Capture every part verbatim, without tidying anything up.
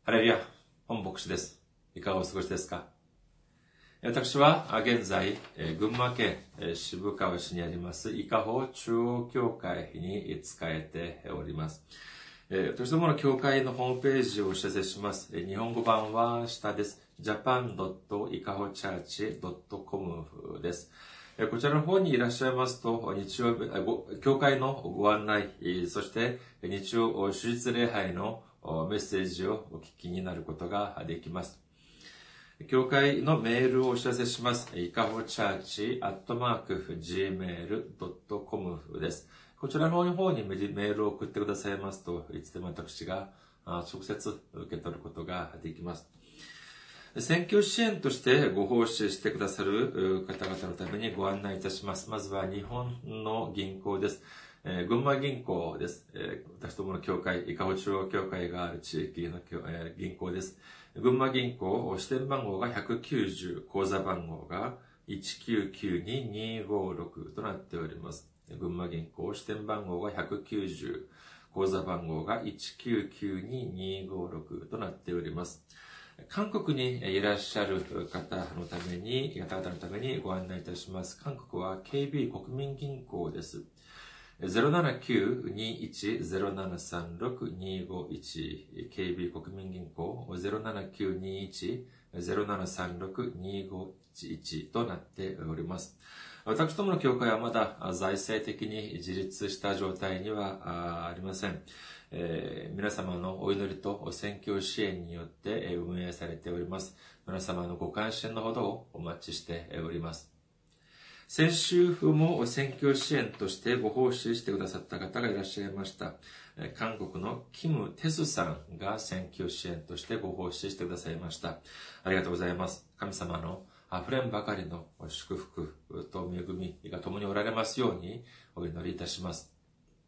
ハレルヤ、本牧師です。いかがお過ごしですか？私は現在、群馬県渋川市にあります伊香保中央教会に仕えております。私どもの教会のホームページをお知らせします。日本語版は下です。ジャパン ドットイカホチャーチ ドットコム です。こちらの方にいらっしゃいますと、日曜日、教会のご案内、そして日曜主日礼拝のメッセージをお聞きになることができます。教会のメールをお知らせします。イカホチャーチアットマーク ジーメール ドットコム です。こちらの方にメールを送ってくださいますと、いつでも私が直接受け取ることができます。選挙支援としてご奉仕してくださる方々のためにご案内いたします。まずは日本の銀行です。えー、群馬銀行です。えー、私どもの教会、伊香保中央教会がある地域の、えー、銀行です。群馬銀行、支店番号がひゃくきゅうじゅう、口座番号がいちきゅうきゅうににごろくとなっております。群馬銀行、支店番号がひゃくきゅうじゅう、口座番号がいちきゅうきゅうににごろくとなっております。韓国にいらっしゃる方のために、方々のためにご案内いたします。韓国は ケービー 国民銀行です。ゼロななきゅうにいちゼロななさんろくにごいち ケービー 国民銀行 ゼロななきゅうにいちゼロななさんろくにごいちとなっております。私どもの教会はまだ財政的に自立した状態にはありません。えー、皆様のお祈りと宣教支援によって運営されております。皆様のご関心のほどをお待ちしております。先週も選挙支援としてご奉仕してくださった方がいらっしゃいました。韓国のキム・テスさんが選挙支援としてご奉仕してくださいました。ありがとうございます。神様の溢れんばかりの祝福と恵みが共におられますようにお祈りいたします。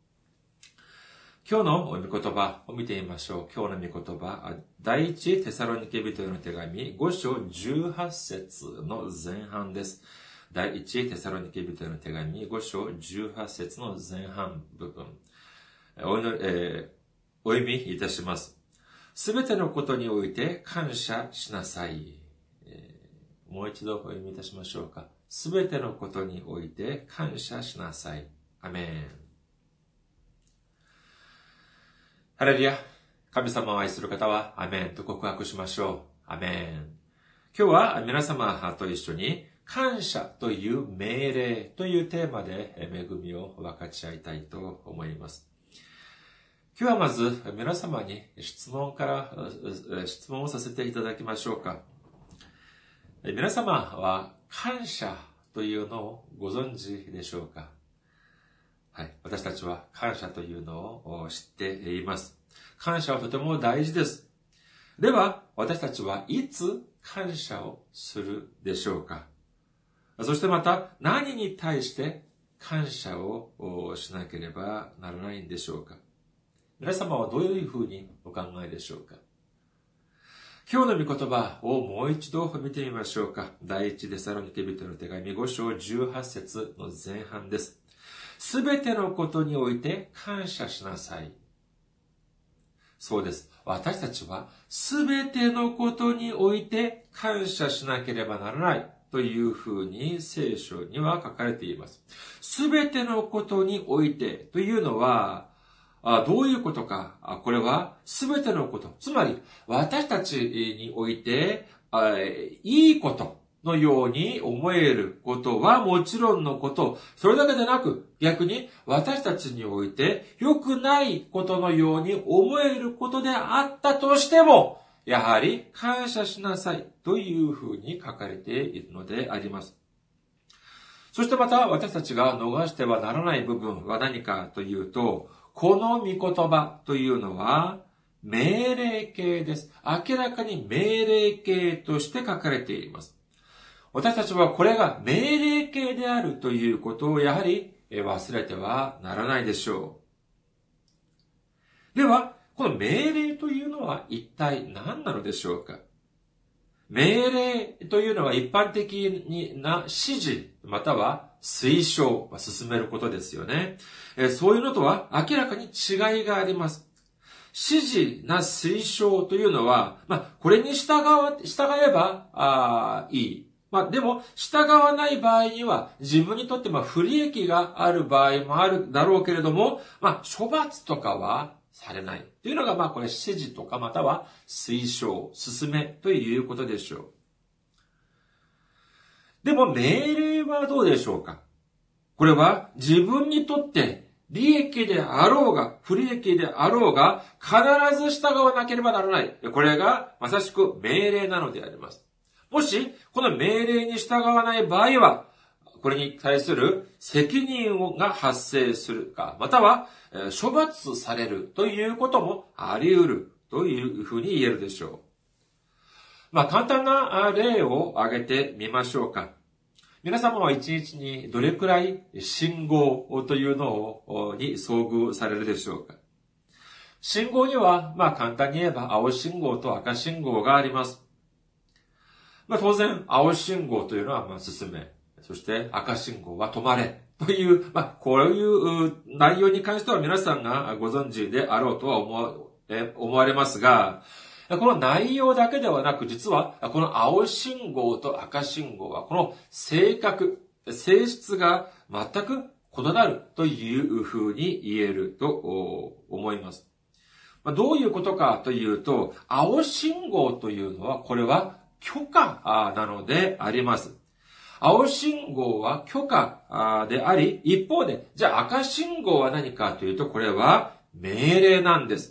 今日の御言葉を見てみましょう。今日の御言葉、第一テサロニケ人への手紙ご章じゅうはち節の前半です。第一テサロニケ人への手紙ご章じゅうはち節の前半部分。お祈り、えー、お読みいたします。すべてのことにおいて感謝しなさい。えー、もう一度お読みいたしましょうか。すべてのことにおいて感謝しなさい。アメン。ハレルヤ。神様を愛する方はアメンと告白しましょう。アメン。今日は皆様と一緒に感謝という命令というテーマで恵みを分かち合いたいと思います。今日はまず皆様に質問から質問をさせていただきましょうか。皆様は感謝というのをご存知でしょうか？はい。私たちは感謝というのを知っています。感謝はとても大事です。では、私たちはいつ感謝をするでしょうか？そしてまた、何に対して感謝をしなければならないんでしょうか？皆様はどういうふうにお考えでしょうか？今日の御言葉をもう一度見てみましょうか。第一テサロニケ人への手紙ご章じゅうはち節の前半です。すべてのことにおいて感謝しなさい。そうです。私たちはすべてのことにおいて感謝しなければならないというふうに聖書には書かれています。すべてのことにおいてというのはどういうことか。これはすべてのこと。つまり私たちにおいていいことのように思えることはもちろんのこと、それだけでなく逆に私たちにおいて良くないことのように思えることであったとしても、やはり感謝しなさいというふうに書かれているのであります。そしてまた私たちが逃してはならない部分は何かというと、この御言葉というのは命令形です。明らかに命令形として書かれています。私たちはこれが命令形であるということをやはり忘れてはならないでしょう。では、この命令というのは一体何なのでしょうか？命令というのは一般的な指示または推奨、進めることですよね。そういうのとは明らかに違いがあります。 指示な推奨というのは、まあ、これに従わ、従えば、あいい。まあ、でも、従わない場合には、自分にとってまあ不利益がある場合もあるだろうけれども、まあ、処罰とかはされない。というのが、まあ、これ指示とかまたは推奨、勧めということでしょう。でも、命令はどうでしょうか？これは自分にとって利益であろうが、不利益であろうが、必ず従わなければならない。これがまさしく命令なのであります。もし、この命令に従わない場合は、これに対する責任が発生するか、または処罰されるということもあり得るというふうに言えるでしょう。まあ、簡単な例を挙げてみましょうか。皆様は一日にどれくらい信号というのをに遭遇されるでしょうか？信号には、まあ簡単に言えば青信号と赤信号があります。まあ当然、青信号というのはまあ進め、そして赤信号は止まれという、まあこういう内容に関しては皆さんがご存知であろうとは思え思われますが、この内容だけではなく、実は、この青信号と赤信号は、この性格、性質が全く異なるというふうに言えると思います。どういうことかというと、青信号というのは、これは許可なのであります。青信号は許可であり、一方で、じゃあ赤信号は何かというと、これは命令なんです。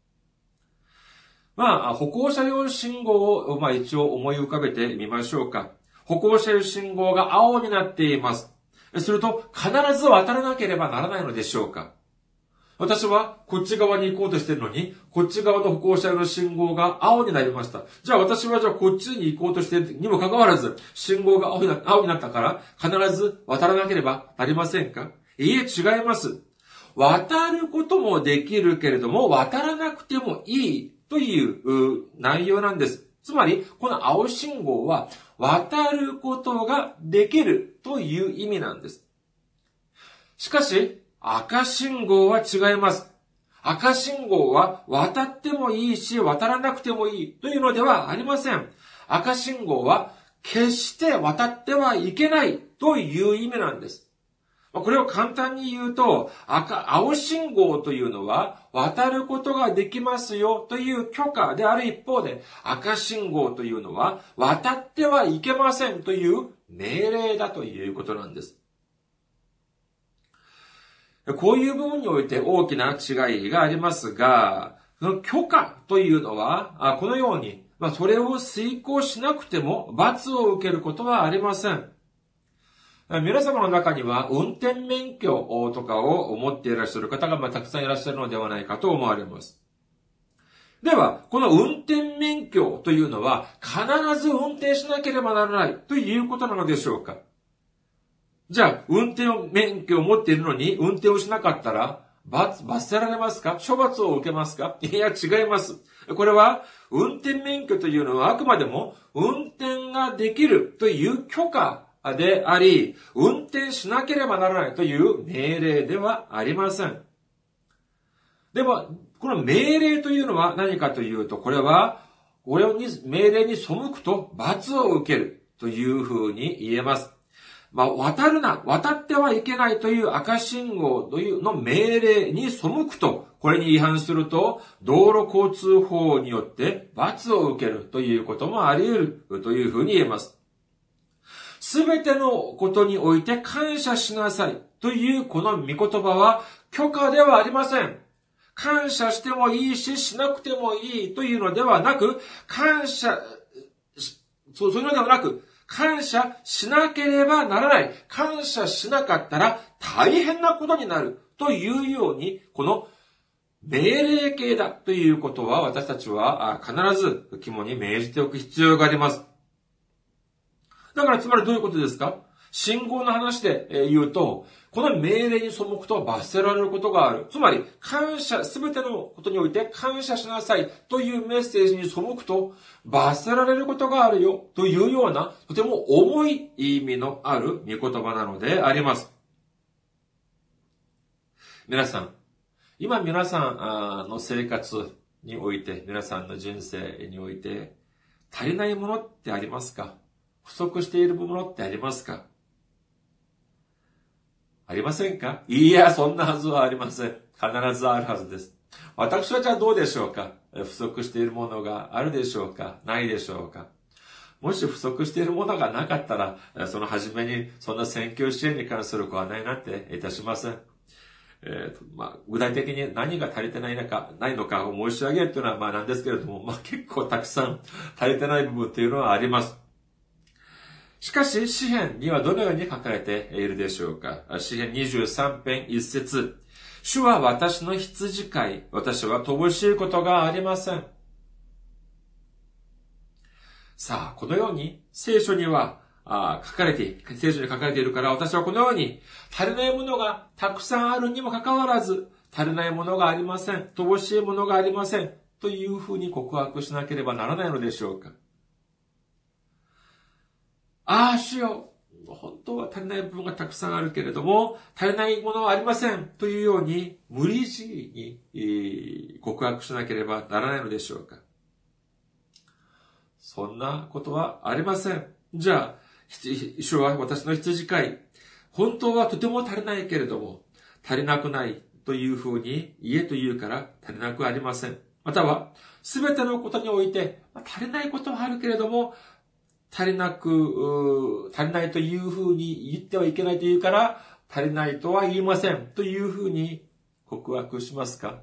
まあ、歩行者用信号を、まあ一応思い浮かべてみましょうか。歩行者用信号が青になっています。すると、必ず渡らなければならないのでしょうか？私はこっち側に行こうとしているのに、こっち側の歩行者用の信号が青になりました。じゃあ私はじゃあこっちに行こうとしているにもかかわらず、信号が青にな、青になったから、必ず渡らなければなりませんか？いいえ、違います。渡ることもできるけれども、渡らなくてもいい。という内容なんです。つまり、この青信号は渡ることができるという意味なんです。しかし、赤信号は違います。赤信号は渡ってもいいし、渡らなくてもいいというのではありません。赤信号は決して渡ってはいけないという意味なんです。これを簡単に言うと、赤、青信号というのは渡ることができますよという許可である一方で、赤信号というのは渡ってはいけませんという命令だということなんです。こういう部分において大きな違いがありますが、その許可というのは、このように、それを遂行しなくても罰を受けることはありません。皆様の中には運転免許とかを持っていらっしゃる方がたくさんいらっしゃるのではないかと思われます。では、この運転免許というのは必ず運転しなければならないということなのでしょうか？じゃあ、運転免許を持っているのに運転をしなかったら罰、罰せられますか？処罰を受けますか？いや、違います。これは運転免許というのはあくまでも運転ができるという許可であり、運転しなければならないという命令ではありません。でも、この命令というのは何かというと、これは、これに命令に背くと罰を受けるというふうに言えます。まあ、渡るな、渡ってはいけないという赤信号というの命令に背くと、これに違反すると、道路交通法によって罰を受けるということもあり得るというふうに言えます。すべてのことにおいて感謝しなさいというこの御言葉は許可ではありません。感謝してもいいし、しなくてもいいというのではなく、感謝、そう、そういうのではなく、感謝しなければならない。感謝しなかったら大変なことになるというように、この命令形だということは私たちは必ず肝に銘じておく必要があります。だからつまりどういうことですか？信号の話で言うと、この命令に背くと罰せられることがある。つまり、感謝、すべてのことにおいて感謝しなさいというメッセージに背くと罰せられることがあるよというような、とても重い意味のある御言葉なのであります。皆さん、 今皆さんの生活において、皆さんの人生において、足りないものってありますか？不足しているものってありますか？ありませんか？いや、そんなはずはありません。必ずあるはずです。私はじゃあどうでしょうか？不足しているものがあるでしょうか？ないでしょうか？もし不足しているものがなかったら、その初めにそんな選挙支援に関するご案内なんていたしません。えーとまあ、具体的に何が足りてないのか、ないのかを申し上げるというのはまあなんですけれども、まあ結構たくさん足りてない部分というのはあります。しかし、詩編にはどのように書かれているでしょうか。詩編にじゅうさん編いっ節。主は私の羊飼い、私は乏しいことがありません。さあ、このように聖書にはあ書かれて、聖書に書かれているから、私はこのように足りないものがたくさんあるにもかかわらず、足りないものがありません。乏しいものがありません。というふうに告白しなければならないのでしょうか。ああ、主よ。本当は足りない部分がたくさんあるけれども、足りないものはありません。というように、無理強いに告白しなければならないのでしょうか。そんなことはありません。じゃあ、主は私の羊飼い。本当はとても足りないけれども、足りなくないというふうに言えと言うから足りなくありません。または、すべてのことにおいて、足りないことはあるけれども、足りなく、足りないというふうに言ってはいけないというから、足りないとは言いません。というふうに告白しますか？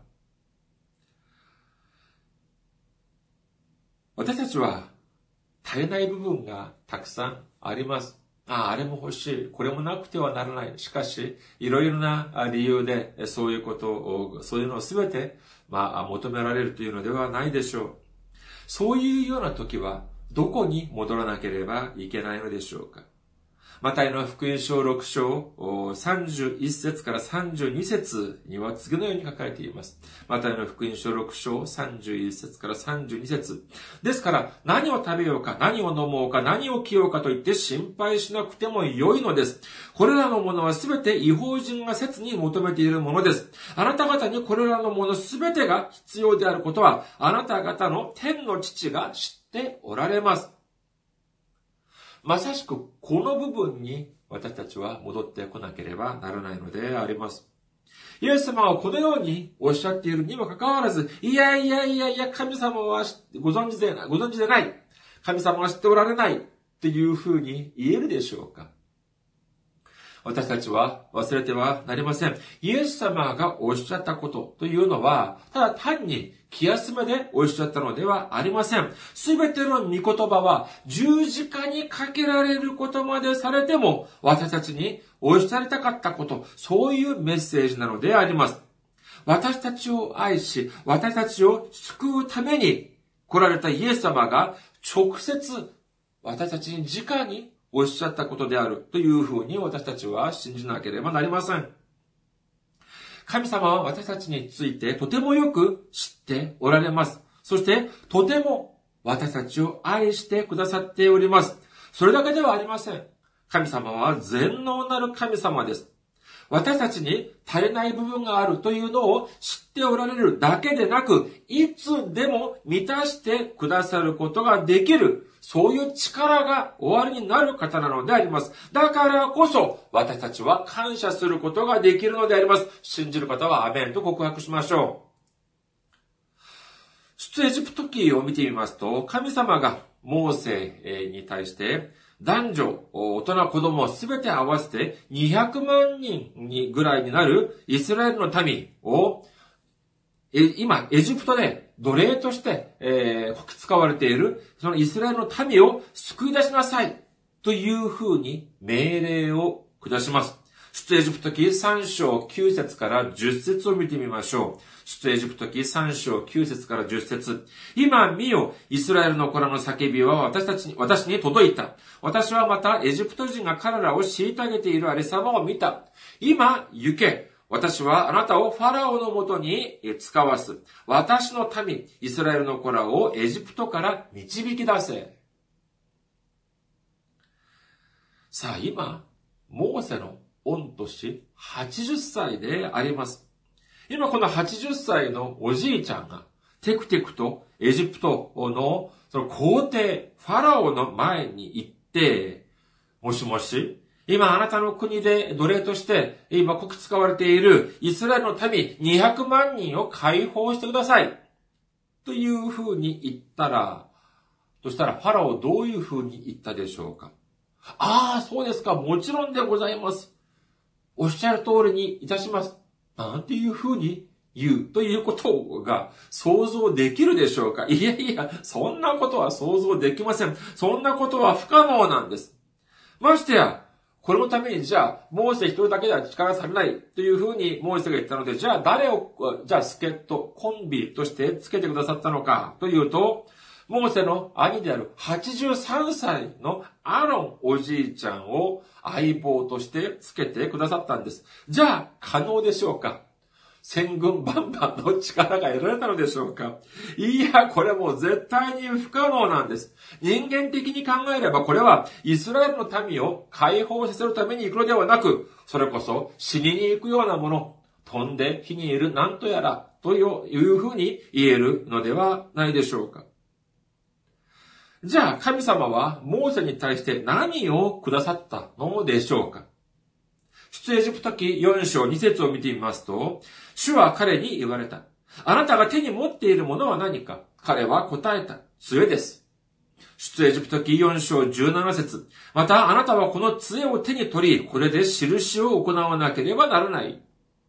私たちは足りない部分がたくさんあります。ああ、あれも欲しい。これもなくてはならない。しかし、いろいろな理由でそういうことを、そういうのをすべて、まあ、求められるというのではないでしょう。そういうような時は、どこに戻らなければいけないのでしょうか。マタイの福音書ろく章さんじゅういち節からさんじゅうに節には次のように書かれています。マタイの福音書ろく章さんじゅういち節からさんじゅうに節。ですから、何を食べようか、何を飲もうか、何を着ようかと言って心配しなくても良いのです。これらのものはすべて異邦人が切に求めているものです。あなた方にこれらのものすべてが必要であることは、あなた方の天の父が知っておられます。まさしくこの部分に私たちは戻ってこなければならないのであります。イエス様はこのようにおっしゃっているにもかかわらず、いやいやいやいや、神様はご存知でない、ご存知でない。神様は知っておられないっていうふうに言えるでしょうか。私たちは忘れてはなりません。イエス様がおっしゃったことというのは、ただ単に気休めでおっしゃったのではありません。すべての御言葉は十字架にかけられることまでされても、私たちにおっしゃりたかったこと、そういうメッセージなのであります。私たちを愛し、私たちを救うために来られたイエス様が直接私たちに直におっしゃったことであるというふうに私たちは信じなければなりません。神様は私たちについてとてもよく知っておられます。そしてとても私たちを愛してくださっております。それだけではありません。神様は全能なる神様です。私たちに足りない部分があるというのを知っておられるだけでなく、いつでも満たしてくださることができる、そういう力がおありになる方なのであります。だからこそ、私たちは感謝することができるのであります。信じる方はアメンと告白しましょう。出エジプト記を見てみますと、神様がモーセに対して、男女、大人、子供すべて合わせてにひゃくまんにんにぐらいになるイスラエルの民を、今、エジプトで奴隷として、えー、使われている、そのイスラエルの民を救い出しなさいというふうに命令を下します。出エジプト記さん章きゅう節からじゅっ節を見てみましょう。出エジプト記さん章きゅう節からじゅっ節。今見よ、イスラエルの子らの叫びは私たちに、私に届いた。私はまたエジプト人が彼らを虐げているありさまを見た。今行け。私はあなたをファラオのもとに使わす。私の民、イスラエルの子らをエジプトから導き出せ。さあ今、モーセの御年はちじゅっさいであります。 今このはちじゅっさいのおじいちゃんが、テクテクとエジプトのその皇帝、ファラオの前に行って、もしもし、今あなたの国で奴隷として今こき使われているイスラエルの民にひゃくまんにんを解放してください。というふうに言ったら、そしたらファラオどういうふうに言ったでしょうか。ああ、そうですか。もちろんでございます。おっしゃる通りにいたします。なんていうふうに言うということが想像できるでしょうか。いやいや、そんなことは想像できません。そんなことは不可能なんです。ましてや、これのためにじゃあ、モーセ一人だけでは力されないというふうにモーセが言ったので、じゃあ誰を、じゃあ助っ人、コンビとしてつけてくださったのかというと、モーセの兄であるはちじゅうさんさいのアロンおじいちゃんを相棒としてつけてくださったんです。じゃあ、可能でしょうか？千軍万馬の力が得られたのでしょうか？いや、これもう絶対に不可能なんです。人間的に考えればこれはイスラエルの民を解放させるために行くのではなく、それこそ死にに行くようなもの、飛んで火にいるなんとやらというふうに言えるのではないでしょうか。じゃあ神様はモーセに対して何をくださったのでしょうか。出エジプト記よん章に節を見てみますと、主は彼に言われた。あなたが手に持っているものは何か。彼は答えた。杖です。出エジプト記よん章じゅうなな節。またあなたはこの杖を手に取り、これで印を行わなければならない。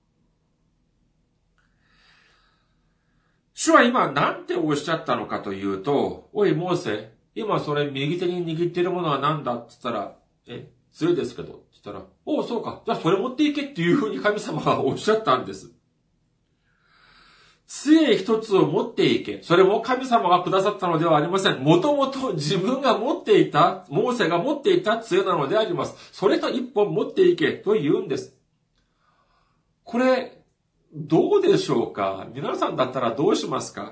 主は今何ておっしゃったのかというと、おいモーセ、今それ右手に握っているものは何だって言ったら、え、杖ですけど、って言ったら、おうそうか、じゃあそれ持っていけっていうふうに神様はおっしゃったんです。杖一つを持っていけ。それも神様がくださったのではありません。もともと自分が持っていた、モーセが持っていた杖なのであります。それと一本持っていけと言うんです。これ、どうでしょうか？皆さんだったらどうしますか？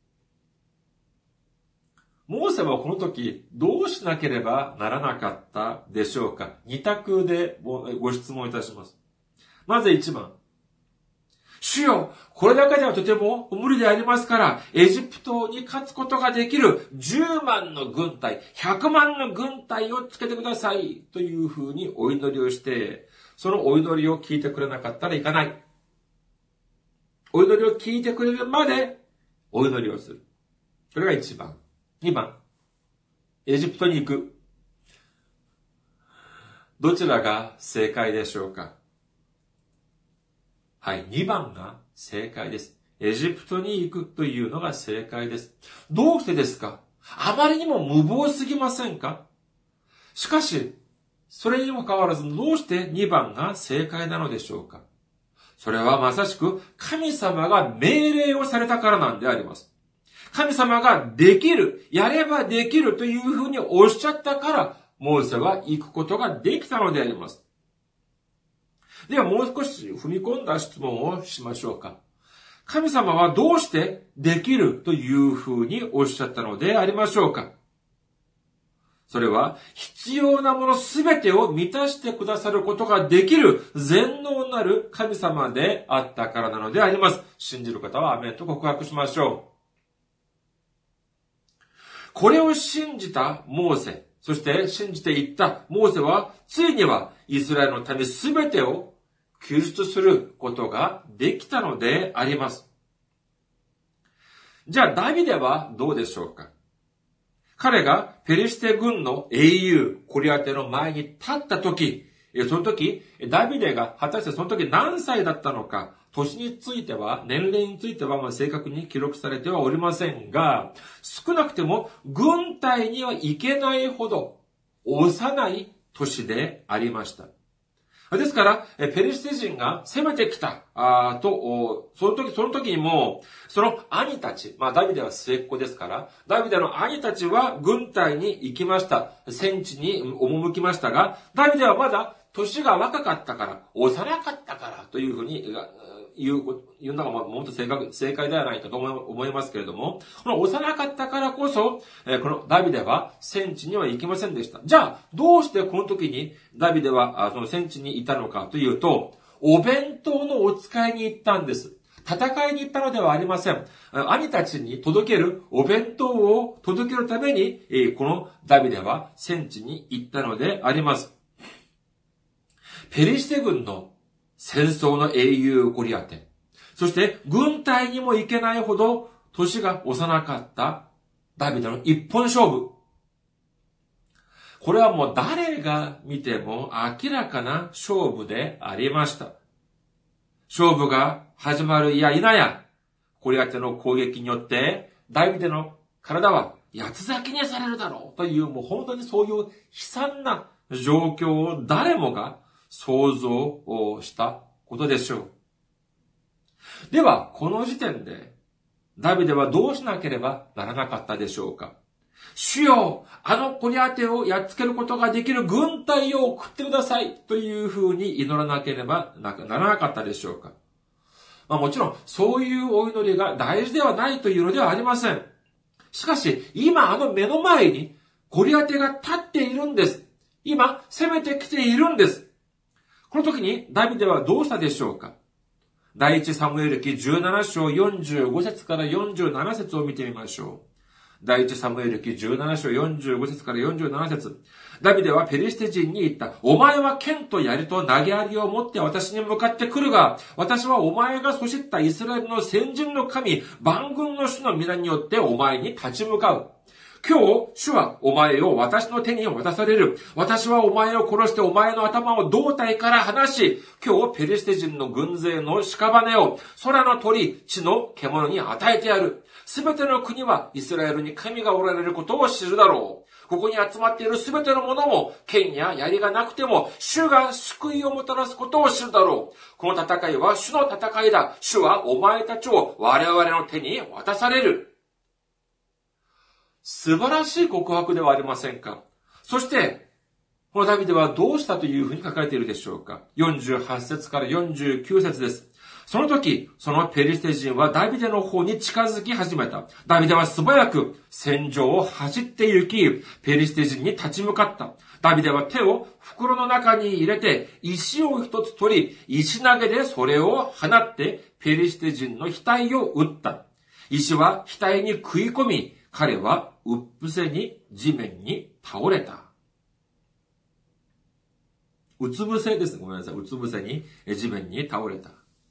モーセはこの時どうしなければならなかったでしょうか？二択でご質問いたします。まず一番。主よ、これだけではとても無理でありますから、エジプトに勝つことができるじゅうまんの軍隊、ひゃくまんの軍隊をつけてくださいというふうにお祈りをして、そのお祈りを聞いてくれなかったらいかない。お祈りを聞いてくれるまでお祈りをする。それが一番。二番。エジプトに行く。どちらが正解でしょうか？はい、二番が正解です。エジプトに行くというのが正解です。どうしてですか？あまりにも無謀すぎませんか？しかし、それにもかかわらずどうして二番が正解なのでしょうか？それはまさしく神様が命令をされたからなんであります。神様ができる、やればできるというふうにおっしゃったから、モーセは行くことができたのであります。ではもう少し踏み込んだ質問をしましょうか。神様はどうしてできるというふうにおっしゃったのでありましょうか？それは必要なものすべてを満たしてくださることができる全能なる神様であったからなのであります。信じる方はアメンと告白しましょう。これを信じたモーセ、そして信じていったモーセは、ついにはイスラエルの民すべてを救出することができたのであります。じゃあダビデはどうでしょうか？彼がペリシテ軍の英雄、ゴリアテの前に立った時、その時、ダビデが果たしてその時何歳だったのか、年については、年齢については正確に記録されてはおりませんが、少なくても軍隊には行けないほど幼い年でありました。ですから、ペリシテ人が攻めてきた、あと、その時、その時にも、その兄たち、まあダビデは末っ子ですから、ダビデの兄たちは軍隊に行きました。戦地に赴きましたが、ダビデはまだ年が若かったから、幼かったからというふうに言う、言うのがもっと正確、正解ではないかと思いますけれども、この幼かったからこそ、このダビデは戦地には行きませんでした。じゃあ、どうしてこの時にダビデはその戦地にいたのかというと、お弁当のお使いに行ったんです。 戦いに行ったのではありません。兄たちに届けるお弁当を届けるために、このダビデは戦地に行ったのであります。ペリシテ軍の戦争の英雄ゴリアテ、そして軍隊にも行けないほど年が幼かったダビデの一本勝負。これはもう誰が見ても明らかな勝負でありました。勝負が始まるや否や、ゴリアテの攻撃によってダビデの体は八つ裂きにされるだろうという、もう本当にそういう悲惨な状況を誰もが想像をしたことでしょう。では、この時点でダビデはどうしなければならなかったでしょうか。主よ、あのゴリアテをやっつけることができる軍隊を送ってくださいというふうに祈らなければならなかったでしょうか。まあもちろん、そういうお祈りが大事ではないというのではありません。しかし、今あの目の前にゴリアテが立っているんです。今、攻めてきているんです。この時にダビデはどうしたでしょうか。第一サムエル記じゅうなな章よんじゅうご節からよんじゅうなな節を見てみましょう。第一サムエル記じゅうなな章よんじゅうご節からよんじゅうなな節。ダビデはペリシテ人に言った。お前は剣と槍と投げ槍を持って私に向かって来るが、私はお前がそしったイスラエルの先人の神、万軍の主の皆によってお前に立ち向かう。今日、主はお前を私の手に渡される。私はお前を殺してお前の頭を胴体から離し、今日ペリシテ人の軍勢の屍を空の鳥、地の獣に与えてやる。すべての国はイスラエルに神がおられることを知るだろう。ここに集まっているすべてのものも、剣や槍がなくても、主が救いをもたらすことを知るだろう。この戦いは主の戦いだ。主はお前たちを我々の手に渡される。素晴らしい告白ではありませんか。そして、このダビデはどうしたというふうに書かれているでしょうか。よんじゅうはち節からよんじゅうきゅう節です。その時、そのペリシテ人はダビデの方に近づき始めた。ダビデは素早く戦場を走って行き、ペリシテ人に立ち向かった。ダビデは手を袋の中に入れて、石を一つ取り、石投げでそれを放って、ペリシテ人の額を打った。石は額に食い込み、彼はうっぷせに地面に倒れた。うつ伏せです。ごめんなさい。うつ伏せに地面に倒れた。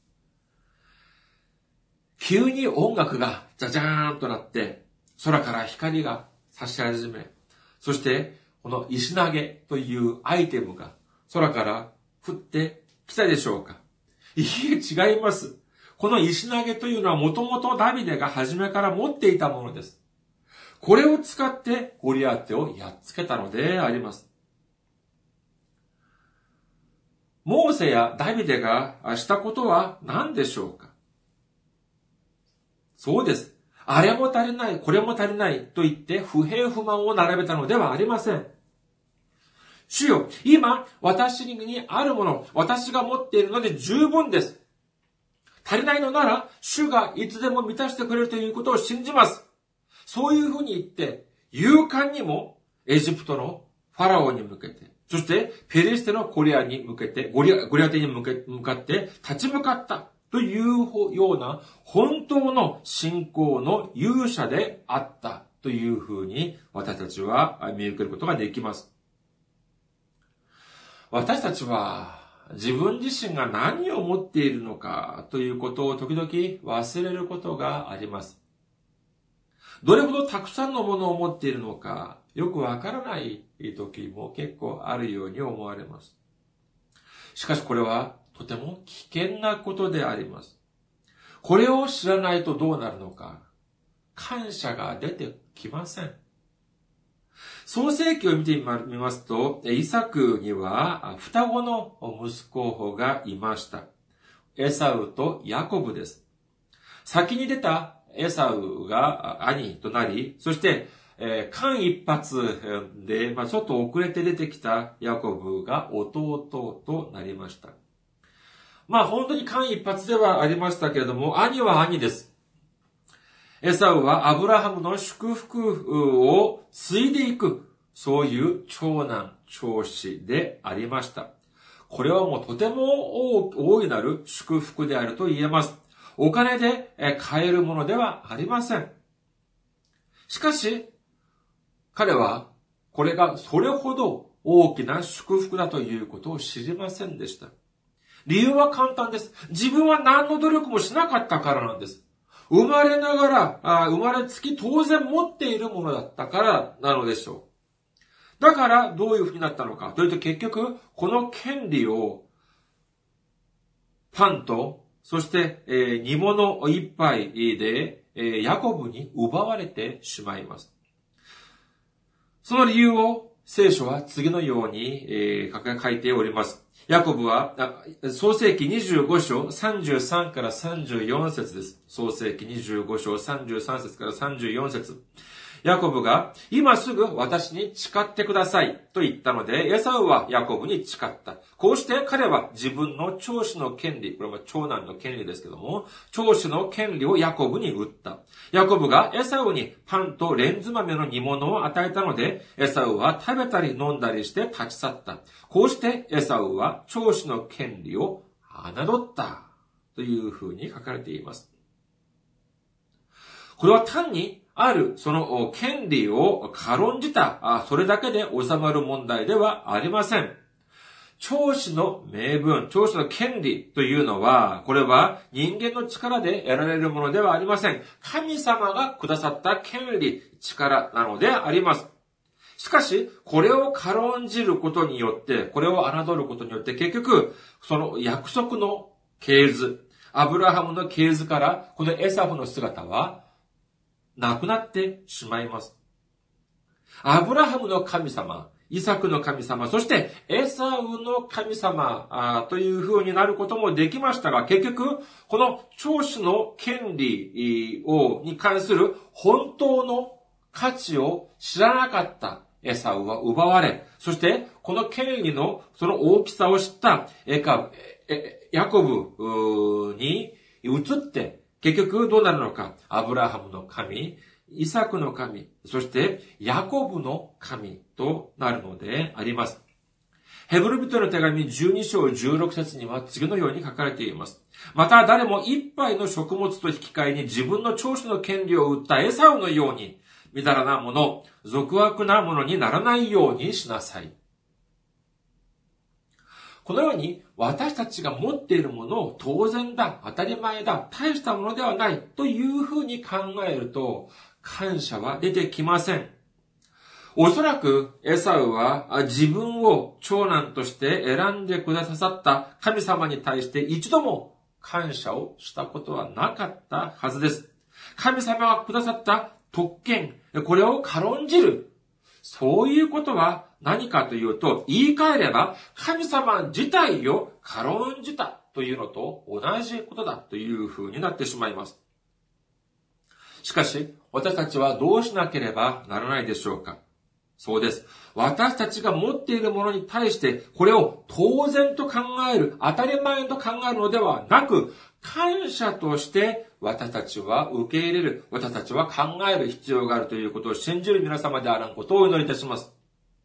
急に音楽がジャジャーンとなって、空から光が差し始め、そしてこの石投げというアイテムが空から降ってきたでしょうか。いいえ、違います。この石投げというのはもともとダビデが初めから持っていたものです。これを使ってゴリアテをやっつけたのであります。モーセやダビデがしたことは何でしょうか。そうです。あれも足りない、これも足りないと言って不平不満を並べたのではありません。主よ、今私にあるもの、私が持っているので十分です。足りないのなら、主がいつでも満たしてくれるということを信じます。そういうふうに言って、勇敢にもエジプトのファラオに向けて、そしてペリシテのゴリアに向けて、ゴリア、ゴリアテに向け、向かって立ち向かったというような本当の信仰の勇者であったというふうに私たちは見受けることができます。私たちは自分自身が何を持っているのかということを時々忘れることがあります。どれほどたくさんのものを持っているのかよくわからない時も結構あるように思われます。しかしこれはとても危険なことであります。これを知らないとどうなるのか、感謝が出てきません。創世記を見てみますと、イサクには双子の息子がいました。エサウとヤコブです。先に出たエサウが兄となり、そして、えー、間一髪で、まあ、ちょっと遅れて出てきたヤコブが弟となりました。まあ本当に間一髪ではありましたけれども、兄は兄です。エサウはアブラハムの祝福を継いでいく、そういう長男、長子でありました。これはもうとても大いなる祝福であると言えます。 お金で買えるものではありません。しかし、彼はこれがそれほど大きな祝福だということを知りませんでした。理由は簡単です。自分は何の努力もしなかったからなんです。生まれながら、あ生まれつき当然持っているものだったからなのでしょう。だからどういうふうになったのかというと、結局この権利をパンとそして、えー、煮物一杯で、えー、ヤコブに奪われてしまいます。その理由を聖書は次のように、えー、書いております。ヤコブは、創世記にじゅうご章さんじゅうさんからさんじゅうよん節です。創世記にじゅうご章さんじゅうさん節からさんじゅうよん節。ヤコブが、今すぐ私に誓ってくださいと言ったので、エサウはヤコブに誓った。こうして彼は自分の長子の権利、これは長男の権利ですけども、長子の権利をヤコブに売った。ヤコブがエサウにパンとレンズ豆の煮物を与えたので、エサウは食べたり飲んだりして立ち去った。こうしてエサウは長子の権利を侮ったというふうに書かれています。これは単にあるその権利を軽んじた、それだけで収まる問題ではありません。長子の名分、長子の権利というのは、これは人間の力で得られるものではありません。神様がくださった権利、力なのであります。しかし、これを軽んじることによって、これを侮ることによって、結局、その約束の系図、アブラハムの系図から、このエサフの姿は、なくなってしまいます。アブラハムの神様、イサクの神様、そしてエサウの神様という風になることもできましたが、結局、この長子の権利をに関する本当の価値を知らなかったエサウは奪われ、そしてこの権利のその大きさを知ったエカヤコブに移って、結局どうなるのか。アブラハムの神、イサクの神、そしてヤコブの神となるのであります。ヘブル人の手紙じゅうに章じゅうろく節には次のように書かれています。また誰も一杯の食物と引き換えに自分の長子の権利を売ったエサウのように、みだらなもの、俗悪なものにならないようにしなさい。このように私たちが持っているものを当然だ、当たり前だ、大したものではないというふうに考えると感謝は出てきません。おそらくエサウは自分を長男として選んでくださった神様に対して一度も感謝をしたことはなかったはずです。神様がくださった特権、これを軽んじる。そういうことは何かというと、言い換えれば神様自体を軽んじたというのと同じことだというふうになってしまいます。しかし、私たちはどうしなければならないでしょうか。そうです。私たちが持っているものに対して、これを当然と考える、当たり前と考えるのではなく、感謝として私たちは受け入れる、私たちは考える必要があるということを信じる皆様であらんことをお祈りいたします。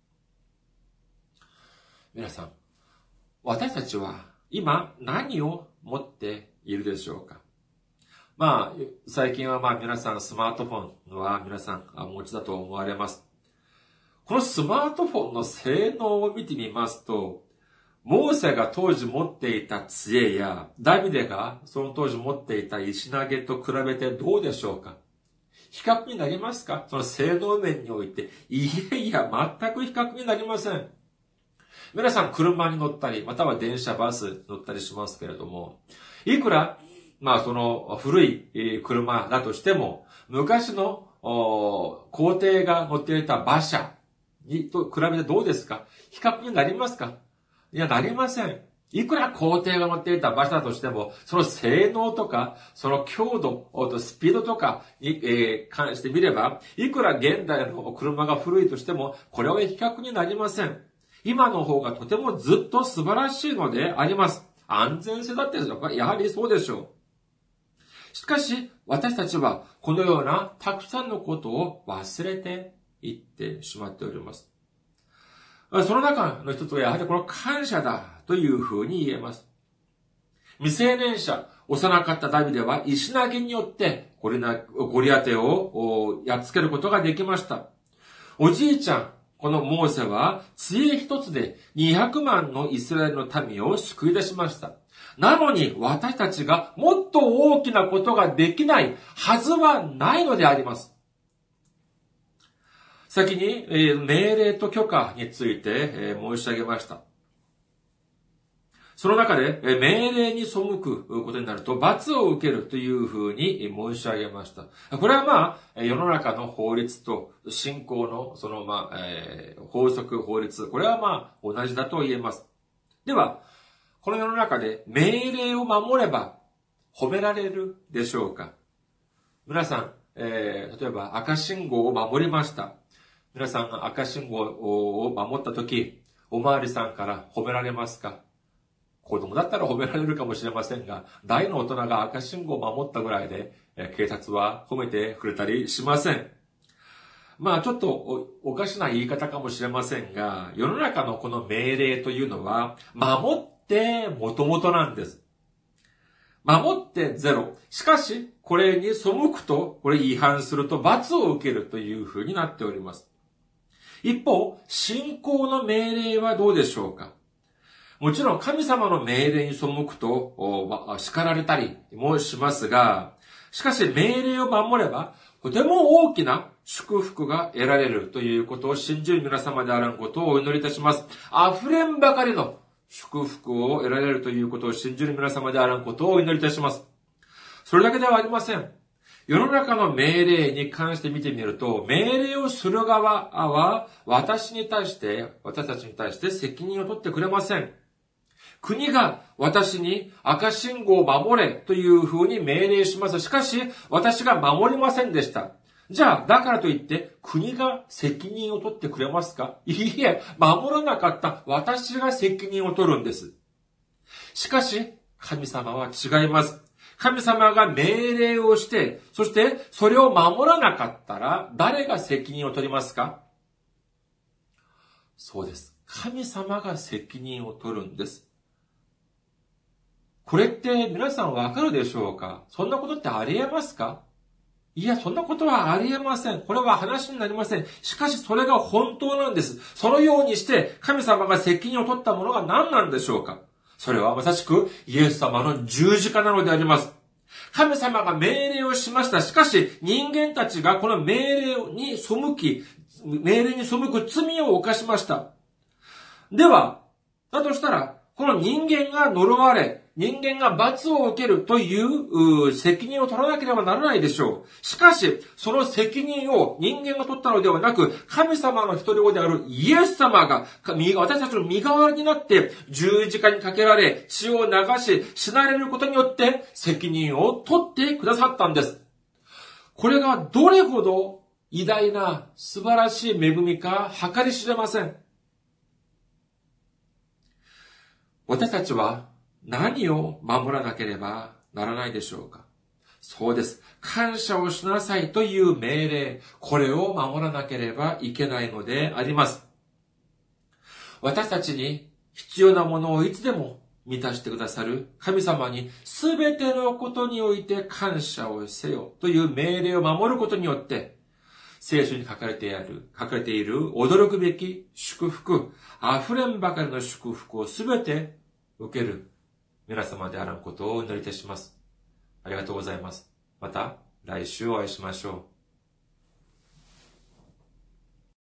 皆さん、私たちは今何を持っているでしょうか。まあ、最近はまあ皆さんスマートフォンは皆さんお持ちだと思われます。このスマートフォンの性能を見てみますと、モーセが当時持っていた杖や、ダビデがその当時持っていた石投げと比べてどうでしょうか。比較になりますか？その性能面において。いやいや、全く比較になりません。皆さん車に乗ったり、または電車、バス乗ったりしますけれども、いくら、まあその古い車だとしても、昔の皇帝が乗っていた馬車にと比べてどうですか？比較になりますか？いや、なりません。いくら皇帝が乗っていた馬車だとしても、その性能とか、その強度、スピードとかに、えー、関してみれば、いくら現代の車が古いとしても、これは比較になりません。今の方がとてもずっと素晴らしいのであります。安全性だってやはりそうでしょう。しかし、私たちはこのようなたくさんのことを忘れていってしまっております。その中の一つはやはりこの感謝だというふうに言えます。 未成年者、幼かったダビデは石投げによってゴリナゴリアテをやっつけることができました。おじいちゃん、このモーセは杖一つでにひゃくまんのイスラエルの民を救い出しました。なのに私たちがもっと大きなことができないはずはないのであります。先に、えー、命令と許可について、えー、申し上げました。その中で、えー、命令に背くことになると罰を受けるというふうに申し上げました。これはまあ、世の中の法律と信仰のそのまあ、えー、法則、法律、これはまあ同じだと言えます。では、この世の中で命令を守れば褒められるでしょうか？皆さん、えー、例えば赤信号を守りました。皆さんが赤信号を守ったとき、おまわりさんから褒められますか？子供だったら褒められるかもしれませんが、大の大人が赤信号を守ったぐらいで、警察は褒めてくれたりしません。まあちょっと お, おかしな言い方かもしれませんが、世の中のこの命令というのは、守って元々なんです。守ってゼロ。しかし、これに背くと、これ違反すると罰を受けるというふうになっております。一方、信仰の命令はどうでしょうか？もちろん神様の命令に背くと叱られたりもしますが、しかし命令を守ればとても大きな祝福が得られるということを信じる皆様であらんことをお祈りいたします。溢れんばかりの祝福を得られるということを信じる皆様であらんことをお祈りいたします。それだけではありません。世の中の命令に関して見てみると、命令をする側は私に対して、私たちに対して責任を取ってくれません。国が私に赤信号を守れというふうに命令します。しかし、私が守りませんでした。じゃあ、だからといって、国が責任を取ってくれますか？いいえ、守らなかった私が責任を取るんです。しかし、神様は違います。神様が命令をして、そしてそれを守らなかったら、誰が責任を取りますか？そうです。神様が責任を取るんです。これって皆さんわかるでしょうか？そんなことってありえますか？いや、そんなことはありえません。これは話になりません。しかしそれが本当なんです。そのようにして神様が責任を取ったものが何なんでしょうか？それはまさしくイエス様の十字架なのであります。神様が命令をしました。しかし人間たちがこの命令に背き、命令に背く罪を犯しました。では、だとしたら、この人間が呪われ、人間が罰を受けるという責任を取らなければならないでしょう。しかし、その責任を人間が取ったのではなく、神様の一人子であるイエス様が、私たちの身代わりになって十字架にかけられ、血を流し、死なれることによって責任を取ってくださったんです。これがどれほど偉大な素晴らしい恵みか計り知れません。私たちは何を守らなければならないでしょうか？そうです。感謝をしなさいという命令。これを守らなければいけないのであります。私たちに必要なものをいつでも満たしてくださる神様にすべてのことにおいて感謝をせよという命令を守ることによって、聖書に書かれている、書かれている驚くべき祝福、溢れんばかりの祝福をすべて受ける皆様であらんことをお祈りいたします。ありがとうございます。また来週お会いしましょう。